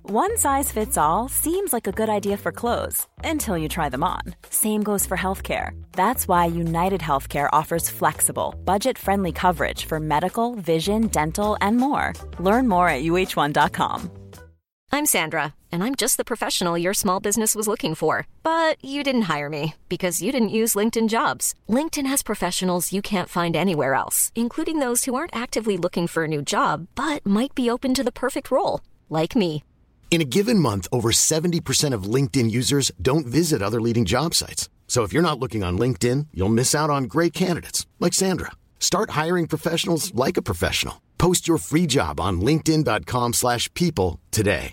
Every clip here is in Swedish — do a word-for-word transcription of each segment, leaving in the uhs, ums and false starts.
One size fits all seems like a good idea for clothes until you try them on. Same goes for healthcare. That's why United Healthcare offers flexible, budget-friendly coverage for medical, vision, dental, and more. Learn more at U H one dot com. I'm Sandra, and I'm just the professional your small business was looking for. But you didn't hire me because you didn't use LinkedIn Jobs. LinkedIn has professionals you can't find anywhere else, including those who aren't actively looking for a new job, but might be open to the perfect role, like me. In a given month, over seventy percent of LinkedIn users don't visit other leading job sites. So if you're not looking on LinkedIn, you'll miss out on great candidates like Sandra. Start hiring professionals like a professional. Post your free job on linkedin dot com slash people today.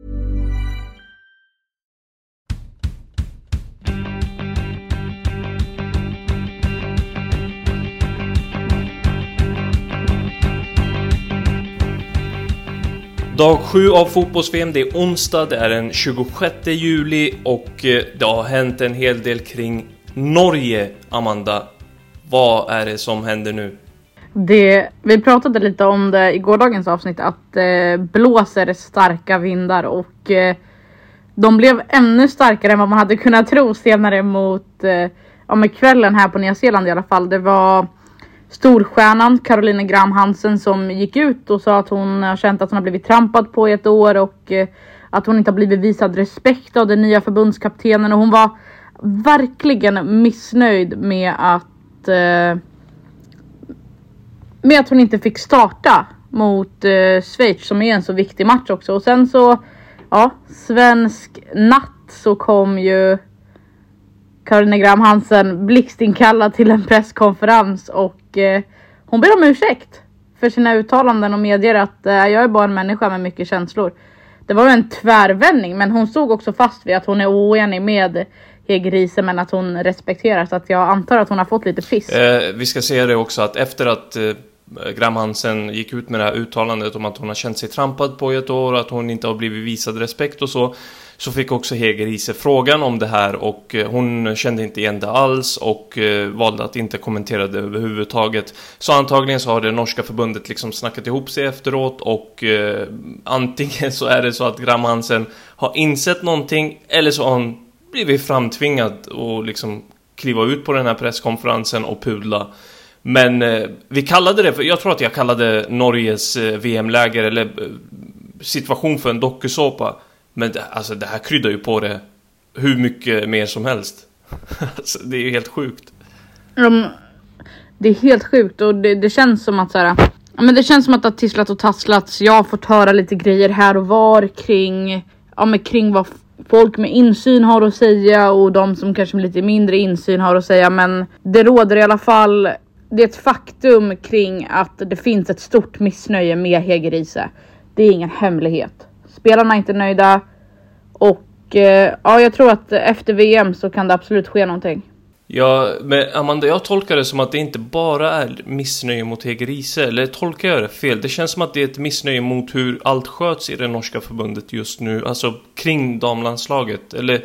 Dag sju av fotbolls-V M, det är onsdag, det är den tjugosjätte juli och det har hänt en hel del kring Norge, Amanda. Vad är det som händer nu? Det, vi pratade lite om det i gårdagens avsnitt att eh, blåser starka vindar och eh, de blev ännu starkare än vad man hade kunnat tro senare mot eh, ja, med kvällen här på Nya Zeeland i alla fall. Det var storstjärnan Caroline Graham Hansen som gick ut och sa att hon har känt att hon har blivit trampad på i ett år och eh, att hon inte har blivit visad respekt av den nya förbundskaptenen, och hon var verkligen missnöjd med att eh, med att hon inte fick starta mot eh, Schweiz som är en så viktig match också. Och sen så, ja, svensk natt så kom ju Caroline Graham Hansen blixtinkallad till en presskonferens och eh, hon ber om ursäkt för sina uttalanden och medger att eh, jag är bara en människa med mycket känslor. Det var en tvärvändning, men hon stod också fast vid att hon är oenig med Hege Riise, men att hon respekterar, så att jag antar att hon har fått lite piss. Eh, vi ska säga det också att efter att eh, Graham Hansen gick ut med det här uttalandet om att hon har känt sig trampad på ett år, att hon inte har blivit visad respekt och så, så fick också Hege Riise frågan om det här och eh, hon kände inte igen det alls och eh, valde att inte kommentera det överhuvudtaget. Så antagligen så har det norska förbundet liksom snackat ihop sig efteråt och eh, antingen så är det så att Graham Hansen har insett någonting eller så har hon blivit framtvingad och liksom kliva ut på den här presskonferensen och pudla. Men eh, vi kallade det för, jag tror att jag kallade Norges eh, V M-läger eller eh, situation för en dokusåpa. Men det, alltså, det här kryddar ju på det hur mycket mer som helst. Alltså, det är ju helt sjukt. Um, det är helt sjukt och det, det känns som att så här, ja, men det känns som att det har tisslat och tasslats. Jag har fått höra lite grejer här och var kring, ja, men kring vad folk med insyn har att säga och de som kanske med lite mindre insyn har att säga. Men det råder i alla fall, det är ett faktum kring att det finns ett stort missnöje med Hege Riise. Det är ingen hemlighet. Spelarna är inte nöjda och eh, ja, jag tror att efter V M så kan det absolut ske någonting. Ja, men Amanda, jag tolkar det som att det inte bara är missnöje mot Hege Riise, eller tolkar jag det fel? Det känns som att det är ett missnöje mot hur allt sköts i det norska förbundet just nu, alltså kring damlandslaget, eller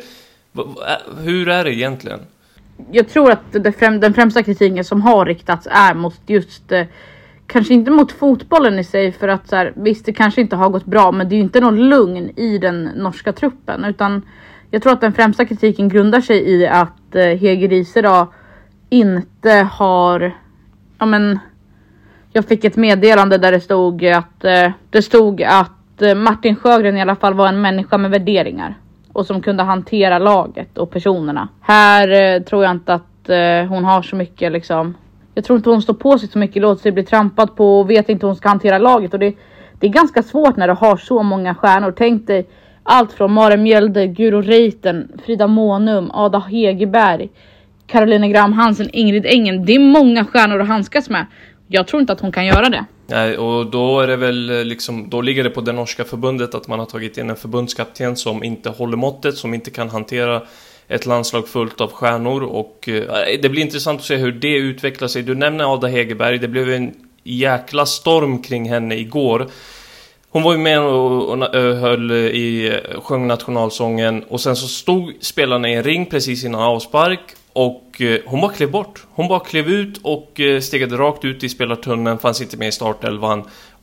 hur är det egentligen? Jag tror att det främ- den främsta kritiken som har riktats är mot just eh, kanske inte mot fotbollen i sig, för att så här, visst, det kanske inte har gått bra, men det är ju inte någon lugn i den norska truppen, utan jag tror att den främsta kritiken grundar sig i att eh, Hege Riise då inte har, ja men, jag fick ett meddelande där det stod att eh, det stod att eh, Martin Sjögren i alla fall var en människa med värderingar och som kunde hantera laget och personerna. Här eh, tror jag inte att eh, hon har så mycket liksom. Jag tror inte hon står på sig så mycket, låter sig bli trampad på och vet inte hur hon ska hantera laget. Och det, det är ganska svårt när du har så många stjärnor. Tänk dig allt från Mare Mjelde, Guro Reiten, Frida Månum, Ada Hegerberg, Caroline Graham Hansen, Ingrid Engen. Det är många stjärnor att handskas med. Jag tror inte att hon kan göra det. Nej, och då är det väl liksom, då ligger det på det norska förbundet att man har tagit in en förbundskapten som inte håller måttet, som inte kan hantera ett landslag fullt av stjärnor. Och eh, det blir intressant att se hur det utvecklar sig. Du nämner Ada Hegerberg, det blev en jäkla storm kring henne igår. Hon var ju med och, och, och höll i sjöng nationalsången, och sen så stod spelarna i en ring precis innan avspark och eh, hon bara klev bort. Hon bara klev ut och eh, stegade rakt ut i spelartunneln, fanns inte med i startelvan.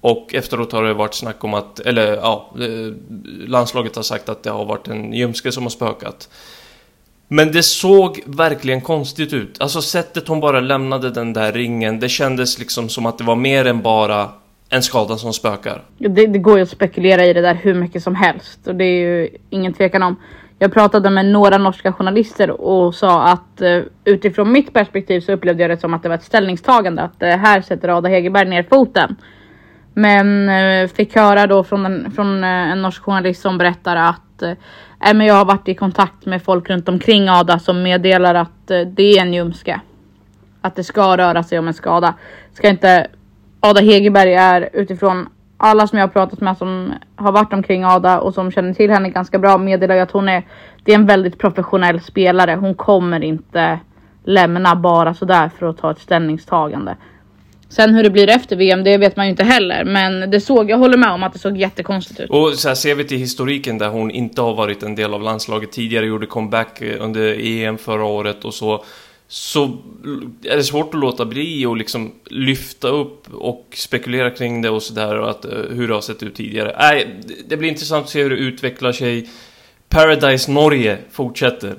Och efteråt har det varit snack om att, eller ja, landslaget har sagt att det har varit en ljumske som har spökat. Men det såg verkligen konstigt ut. Alltså sättet hon bara lämnade den där ringen, det kändes liksom som att det var mer än bara en skada som spökar. Det, det går ju att spekulera i det där hur mycket som helst. Och det är ju ingen tvekan om. Jag pratade med några norska journalister och sa att uh, utifrån mitt perspektiv så upplevde jag det som att det var ett ställningstagande. Att uh, här sätter Ada Hegerberg ner foten. Men uh, fick höra då från en, från, uh, en norsk journalist som berättar att uh, äh, men jag har varit i kontakt med folk runt omkring Ada som meddelar att uh, det är en ljumske. Att det ska röra sig om en skada. Ska inte... Ada Hegerberg är utifrån alla som jag har pratat med som har varit omkring Ada och som känner till henne ganska bra meddelar att hon är, det är en väldigt professionell spelare. Hon kommer inte lämna bara sådär för att ta ett ställningstagande. Sen hur det blir efter V M, det vet man ju inte heller. Men det såg, jag håller med om att det såg jättekonstigt ut. Och så här ser vi till historiken där hon inte har varit en del av landslaget tidigare. Gjorde comeback under E M förra året och så. Så är det svårt att låta bli och liksom lyfta upp och spekulera kring det och sådär. Och att, hur det har sett ut tidigare. Nej, det blir intressant att se hur det utvecklar sig. Paradise Norge fortsätter.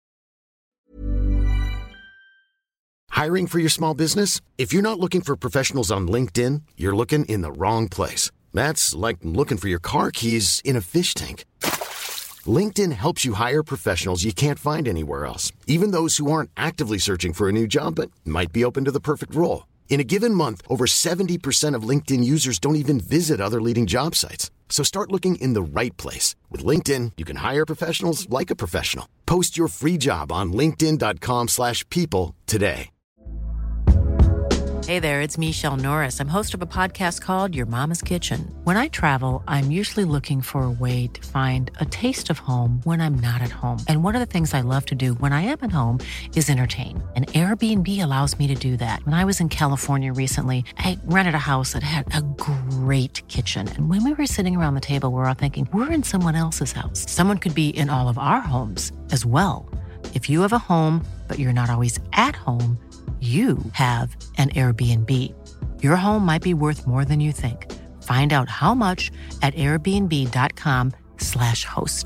Hiring for your small business? If you're not looking for professionals on LinkedIn, you're looking in the wrong place. That's like looking for your car keys in a fish tank. LinkedIn helps you hire professionals you can't find anywhere else, even those who aren't actively searching for a new job but might be open to the perfect role. In a given month, over seventy percent of LinkedIn users don't even visit other leading job sites. So start looking in the right place. With LinkedIn, you can hire professionals like a professional. Post your free job on linkedin dot com slash people today. Hey there, it's Michelle Norris. I'm host of a podcast called Your Mama's Kitchen. When I travel, I'm usually looking for a way to find a taste of home when I'm not at home. And one of the things I love to do when I am at home is entertain. And Airbnb allows me to do that. When I was in California recently, I rented a house that had a great kitchen. And when we were sitting around the table, we were all thinking, we're in someone else's house. Someone could be in all of our homes as well. If you have a home, but you're not always at home, you have an Airbnb. Your home might be worth more than you think. Find out how much at airbnb dot com slash host.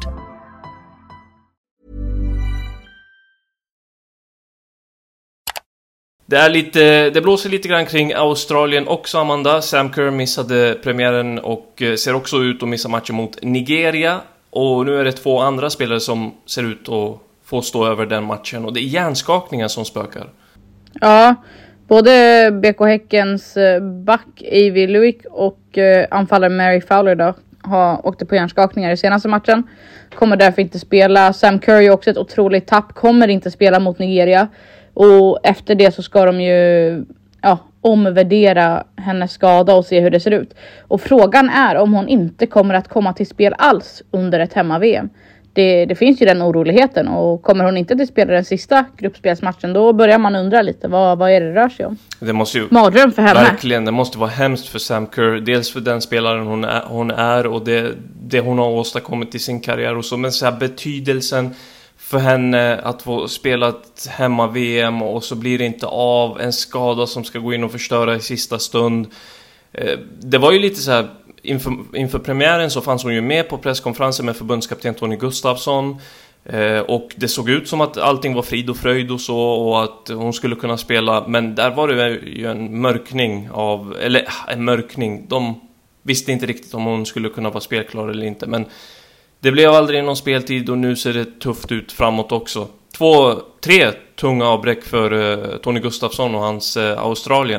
Det är lite, det blåser lite grann kring Australien också, Amanda. Sam Kerr missade premiären och ser också ut att missa matchen mot Nigeria. Och nu är det två andra spelare som ser ut att få stå över den matchen. Och det är hjärnskakningar som spökar. Ja, både B K Häckens back Avi Luik och eh, anfallare Mary Fowler då har åkt på hjärnskakningar i senaste matchen. Kommer därför inte spela. Sam Curry också ett otroligt tapp. Kommer inte spela mot Nigeria. Och efter det så ska de ju ja, omvärdera hennes skada och se hur det ser ut. Och frågan är om hon inte kommer att komma till spel alls under ett hemma-V M. Det, det finns ju den oroligheten, och kommer hon inte till spela den sista gruppspelsmatchen, då börjar man undra lite, vad, vad är det rör sig om? Det måste ju mardröm för henne. Verkligen, det måste vara hemskt för Sam Kerr. Dels för den spelaren hon är, hon är och det, det hon har åstadkommit i sin karriär och så, men så här betydelsen för henne att få spela ett hemma-V M och så blir det inte av, en skada som ska gå in och förstöra i sista stund. Det var ju lite så här Inför, inför premiären så fanns hon ju med på presskonferensen med förbundskapten Tony Gustafsson, eh, och det såg ut som att allting var frid och fröjd och så, och att hon skulle kunna spela, men där var det ju en mörkning av, eller en mörkning, de visste inte riktigt om hon skulle kunna vara spelklar eller inte, men det blev aldrig någon speltid och nu ser det tufft ut framåt också. Två, tre tunga avbräck för eh, Tony Gustafsson och hans eh, Australien.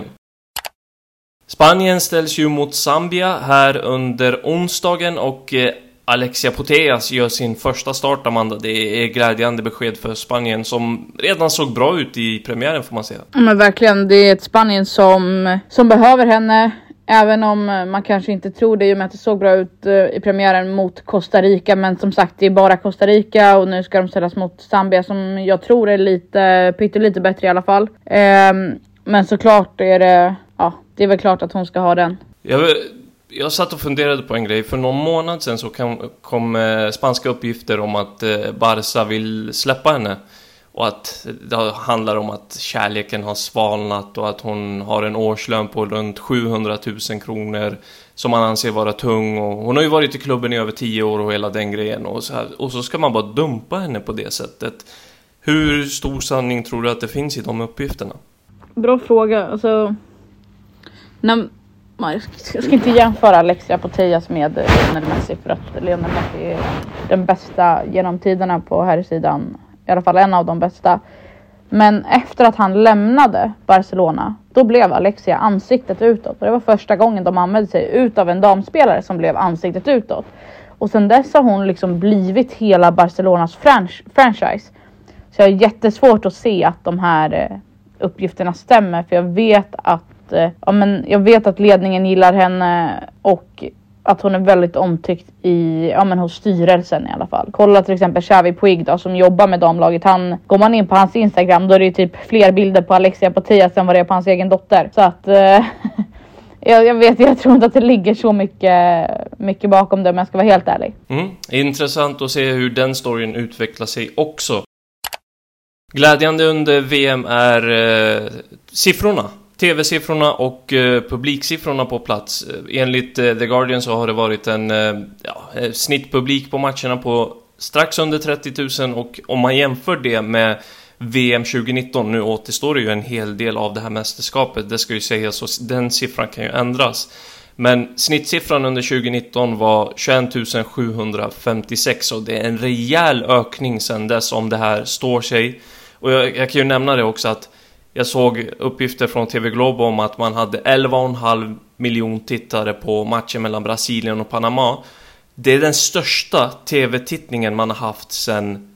Spanien ställs ju mot Zambia här under onsdagen och eh, Alexia Putellas gör sin första start, Amanda. Det är glädjande besked för Spanien som redan såg bra ut i premiären, får man säga. Ja, men verkligen, det är ett Spanien som, som behöver henne. Även om man kanske inte tror det, i och med att det såg bra ut i premiären mot Costa Rica. Men som sagt, det är bara Costa Rica och nu ska de ställas mot Zambia som jag tror är lite, pyttelite bättre i alla fall. Um, men såklart är det, ja, det är väl klart att hon ska ha den. Jag, jag satt och funderade på en grej. För någon månad sedan så kom, kom eh, spanska uppgifter om att eh, Barca vill släppa henne. och att det handlar om att kärleken har svalnat och att hon har en årslön på runt sjuhundratusen kronor som man anser vara tung, och hon har ju varit i klubben i över tio år och hela den grejen, och så, här, och så ska man bara dumpa henne på det sättet. Hur stor sanning tror du att det finns i de uppgifterna? Bra fråga. Alltså, när, jag ska inte jämföra Alexia Putellas med Lionel Messi, för att Lionel Messi är den bästa genom tiderna på här sidan, i alla fall en av de bästa. Men efter att han lämnade Barcelona, då blev Alexia ansiktet utåt. Och det var första gången de använde sig ut av en damspelare som blev ansiktet utåt. Och sen dess har hon liksom blivit hela Barcelonas franch- franchise. Så jag har jättesvårt att se att de här uppgifterna stämmer. För jag vet att, ja, men jag vet att ledningen gillar henne och att hon är väldigt omtyckt i, ja, men hos styrelsen i alla fall. Kolla till exempel Xavi Puig då, som jobbar med damlaget. Han, går man in på hans Instagram, då är det typ fler bilder på Alexia Putellas än vad det är på hans egen dotter. Så att eh, jag, jag vet, jag tror inte att det ligger så mycket, mycket bakom det, om jag ska vara helt ärlig. Mm. Intressant att se hur den storyn utvecklar sig också. Glädjande under V M är eh, siffrorna. Tv-siffrorna och eh, publiksiffrorna på plats. Enligt eh, The Guardian så har det varit en eh, ja, snittpublik på matcherna på strax under trettio tusen, och om man jämför det med V M tjugonitton, nu återstår det ju en hel del av det här mästerskapet, det ska ju sägas, så den siffran kan ju ändras. Men snittsiffran under tjugonitton var tjugoett tusen sjuhundrafemtiosex, och det är en rejäl ökning sedan dess om det här står sig. Och jag, jag kan ju nämna det också att jag såg uppgifter från T V Globo om att man hade elva komma fem miljon tittare på matchen mellan Brasilien och Panama. Det är den största tv-tittningen man har haft sedan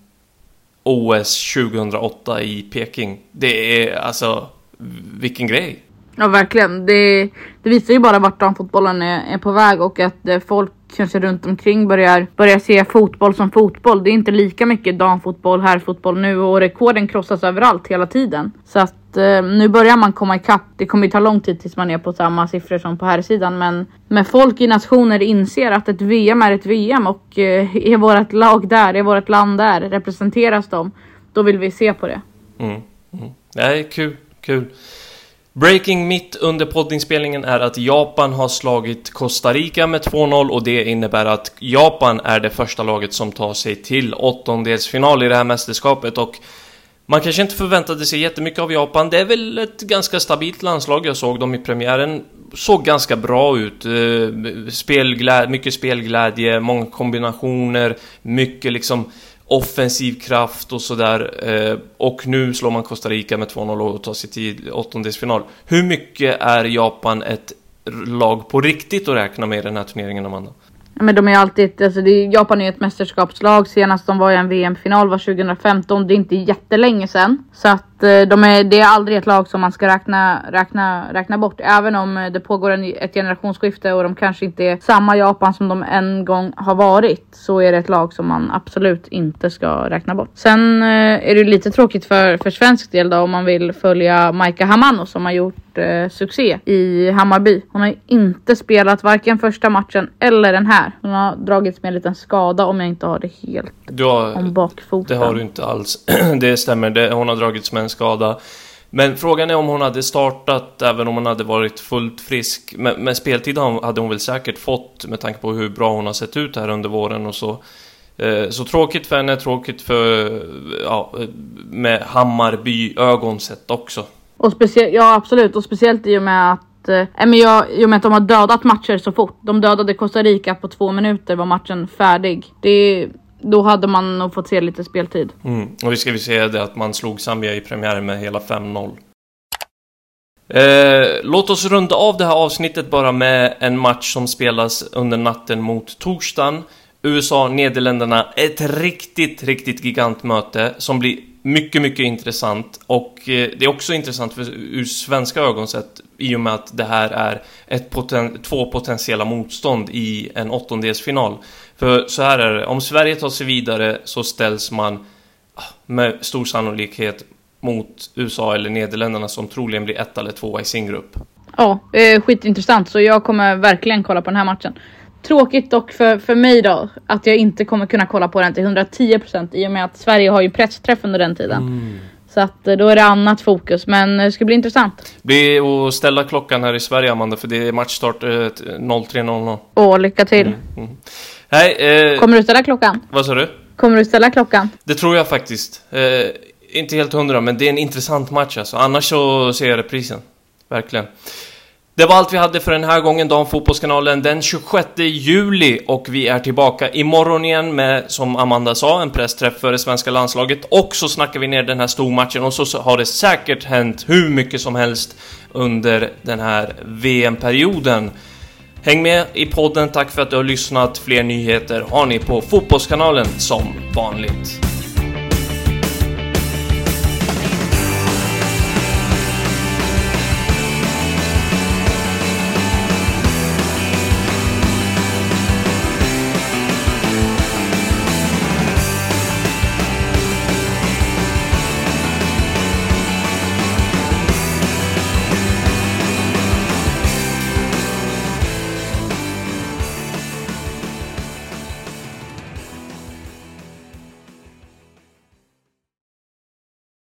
O S tjugohundraåtta i Peking. Det är alltså, vilken grej. Ja, verkligen. Det, det visar ju bara vart damfotbollen är, är på väg, och att eh, folk kanske runt omkring börjar, börjar se fotboll som fotboll. Det är inte lika mycket damfotboll, herrfotboll nu, och rekorden krossas överallt hela tiden. Så att eh, nu börjar man komma ikapp. Det kommer ju ta lång tid tills man är på samma siffror som på här sidan, men med folk i nationer inser att ett V M är ett V M, och eh, är vårt lag där, är vårt land där, representeras de, då vill vi se på det. Mm. Mm. Det är kul, kul. Breaking mitt under poddinspelningen är att Japan har slagit Costa Rica med två noll, och det innebär att Japan är det första laget som tar sig till åttondelsfinal i det här mästerskapet. Och man kanske inte förväntade sig jättemycket av Japan. Det är väl ett ganska stabilt landslag. Jag såg dem i premiären, såg ganska bra ut. Spelglädje, mycket spelglädje, många kombinationer, mycket liksom offensiv kraft och sådär, eh, och nu slår man Costa Rica med två noll och tar sig till åttondelsfinal. Hur mycket är Japan ett lag på riktigt att räkna med i den här turneringen, Amanda? Ja, men de är alltid, alltså det, Japan är ett mästerskapslag. Senast de var i en V M-final var tjugohundrafemton. Det är inte jättelänge sedan. Så att eh, de är, det är aldrig ett lag som man ska räkna, räkna, räkna bort. Även om det pågår en, ett generationsskifte och de kanske inte är samma Japan som de en gång har varit, så är det ett lag som man absolut inte ska räkna bort. Sen eh, är det lite tråkigt för, för svensk del då, om man vill följa Maika Hamano som har gjort eh, succé i Hammarby. Hon har inte spelat varken första matchen eller den här. Hon har dragits med en liten skada, om jag inte har det helt du har, om bakfoten. Det har du inte alls. Det stämmer, det, hon har dragits med en skada. Men frågan är om hon hade startat även om hon hade varit fullt frisk. Men, men speltid hade hon väl säkert fått, med tanke på hur bra hon har sett ut här under våren och så. Så tråkigt för henne, tråkigt för, ja, med Hammarby ögon sett också. Och speciellt, ja absolut, och speciellt i och med att äh, men jag, i och med att de har dödat matcher så fort. De dödade Costa Rica på två minuter, var matchen färdig. Det, då hade man nog fått se lite speltid. Mm. Och vi ska vi säga det att man slog Zambia i premiären med hela fem noll. Eh, låt oss runda av det här avsnittet bara med en match som spelas under natten mot torsdagen. U S A-Nederländerna, ett riktigt, riktigt gigantmöte som blir mycket, mycket intressant. Och eh, det är också intressant för, ur svenska ögon sett, i och med att det här är ett poten- två potentiella motstånd i en åttondelsfinal. För så här är det, om Sverige tar sig vidare så ställs man med stor sannolikhet mot U S A eller Nederländerna, som troligen blir ett eller två i sin grupp. Ja, eh, skitintressant, så jag kommer verkligen kolla på den här matchen. Tråkigt dock för, för mig då att jag inte kommer kunna kolla på den till hundratio procent i och med att Sverige har ju pressträff under den tiden. Mm. Så att då är det annat fokus, men det ska bli intressant. Bli och ställa klockan här i Sverige, Amanda, för det är matchstart eh, noll tre noll noll. Åh, lycka till. Mm. Mm. Hej, eh, kommer du ställa klockan? Vad sa du? Kommer du ställa klockan? Det tror jag faktiskt. Eh, inte helt hundra, men det är en intressant match alltså. Annars så ser jag reprisen. Verkligen. Det var allt vi hade för den här gången, Damfotbollskanalen den tjugosjätte juli, och vi är tillbaka imorgon igen med, som Amanda sa, en pressträff för det svenska landslaget, och så snackar vi ner den här stormatchen, och så har det säkert hänt hur mycket som helst under den här V M-perioden. Häng med i podden, tack för att du har lyssnat. Fler nyheter har ni på Fotbollskanalen som vanligt.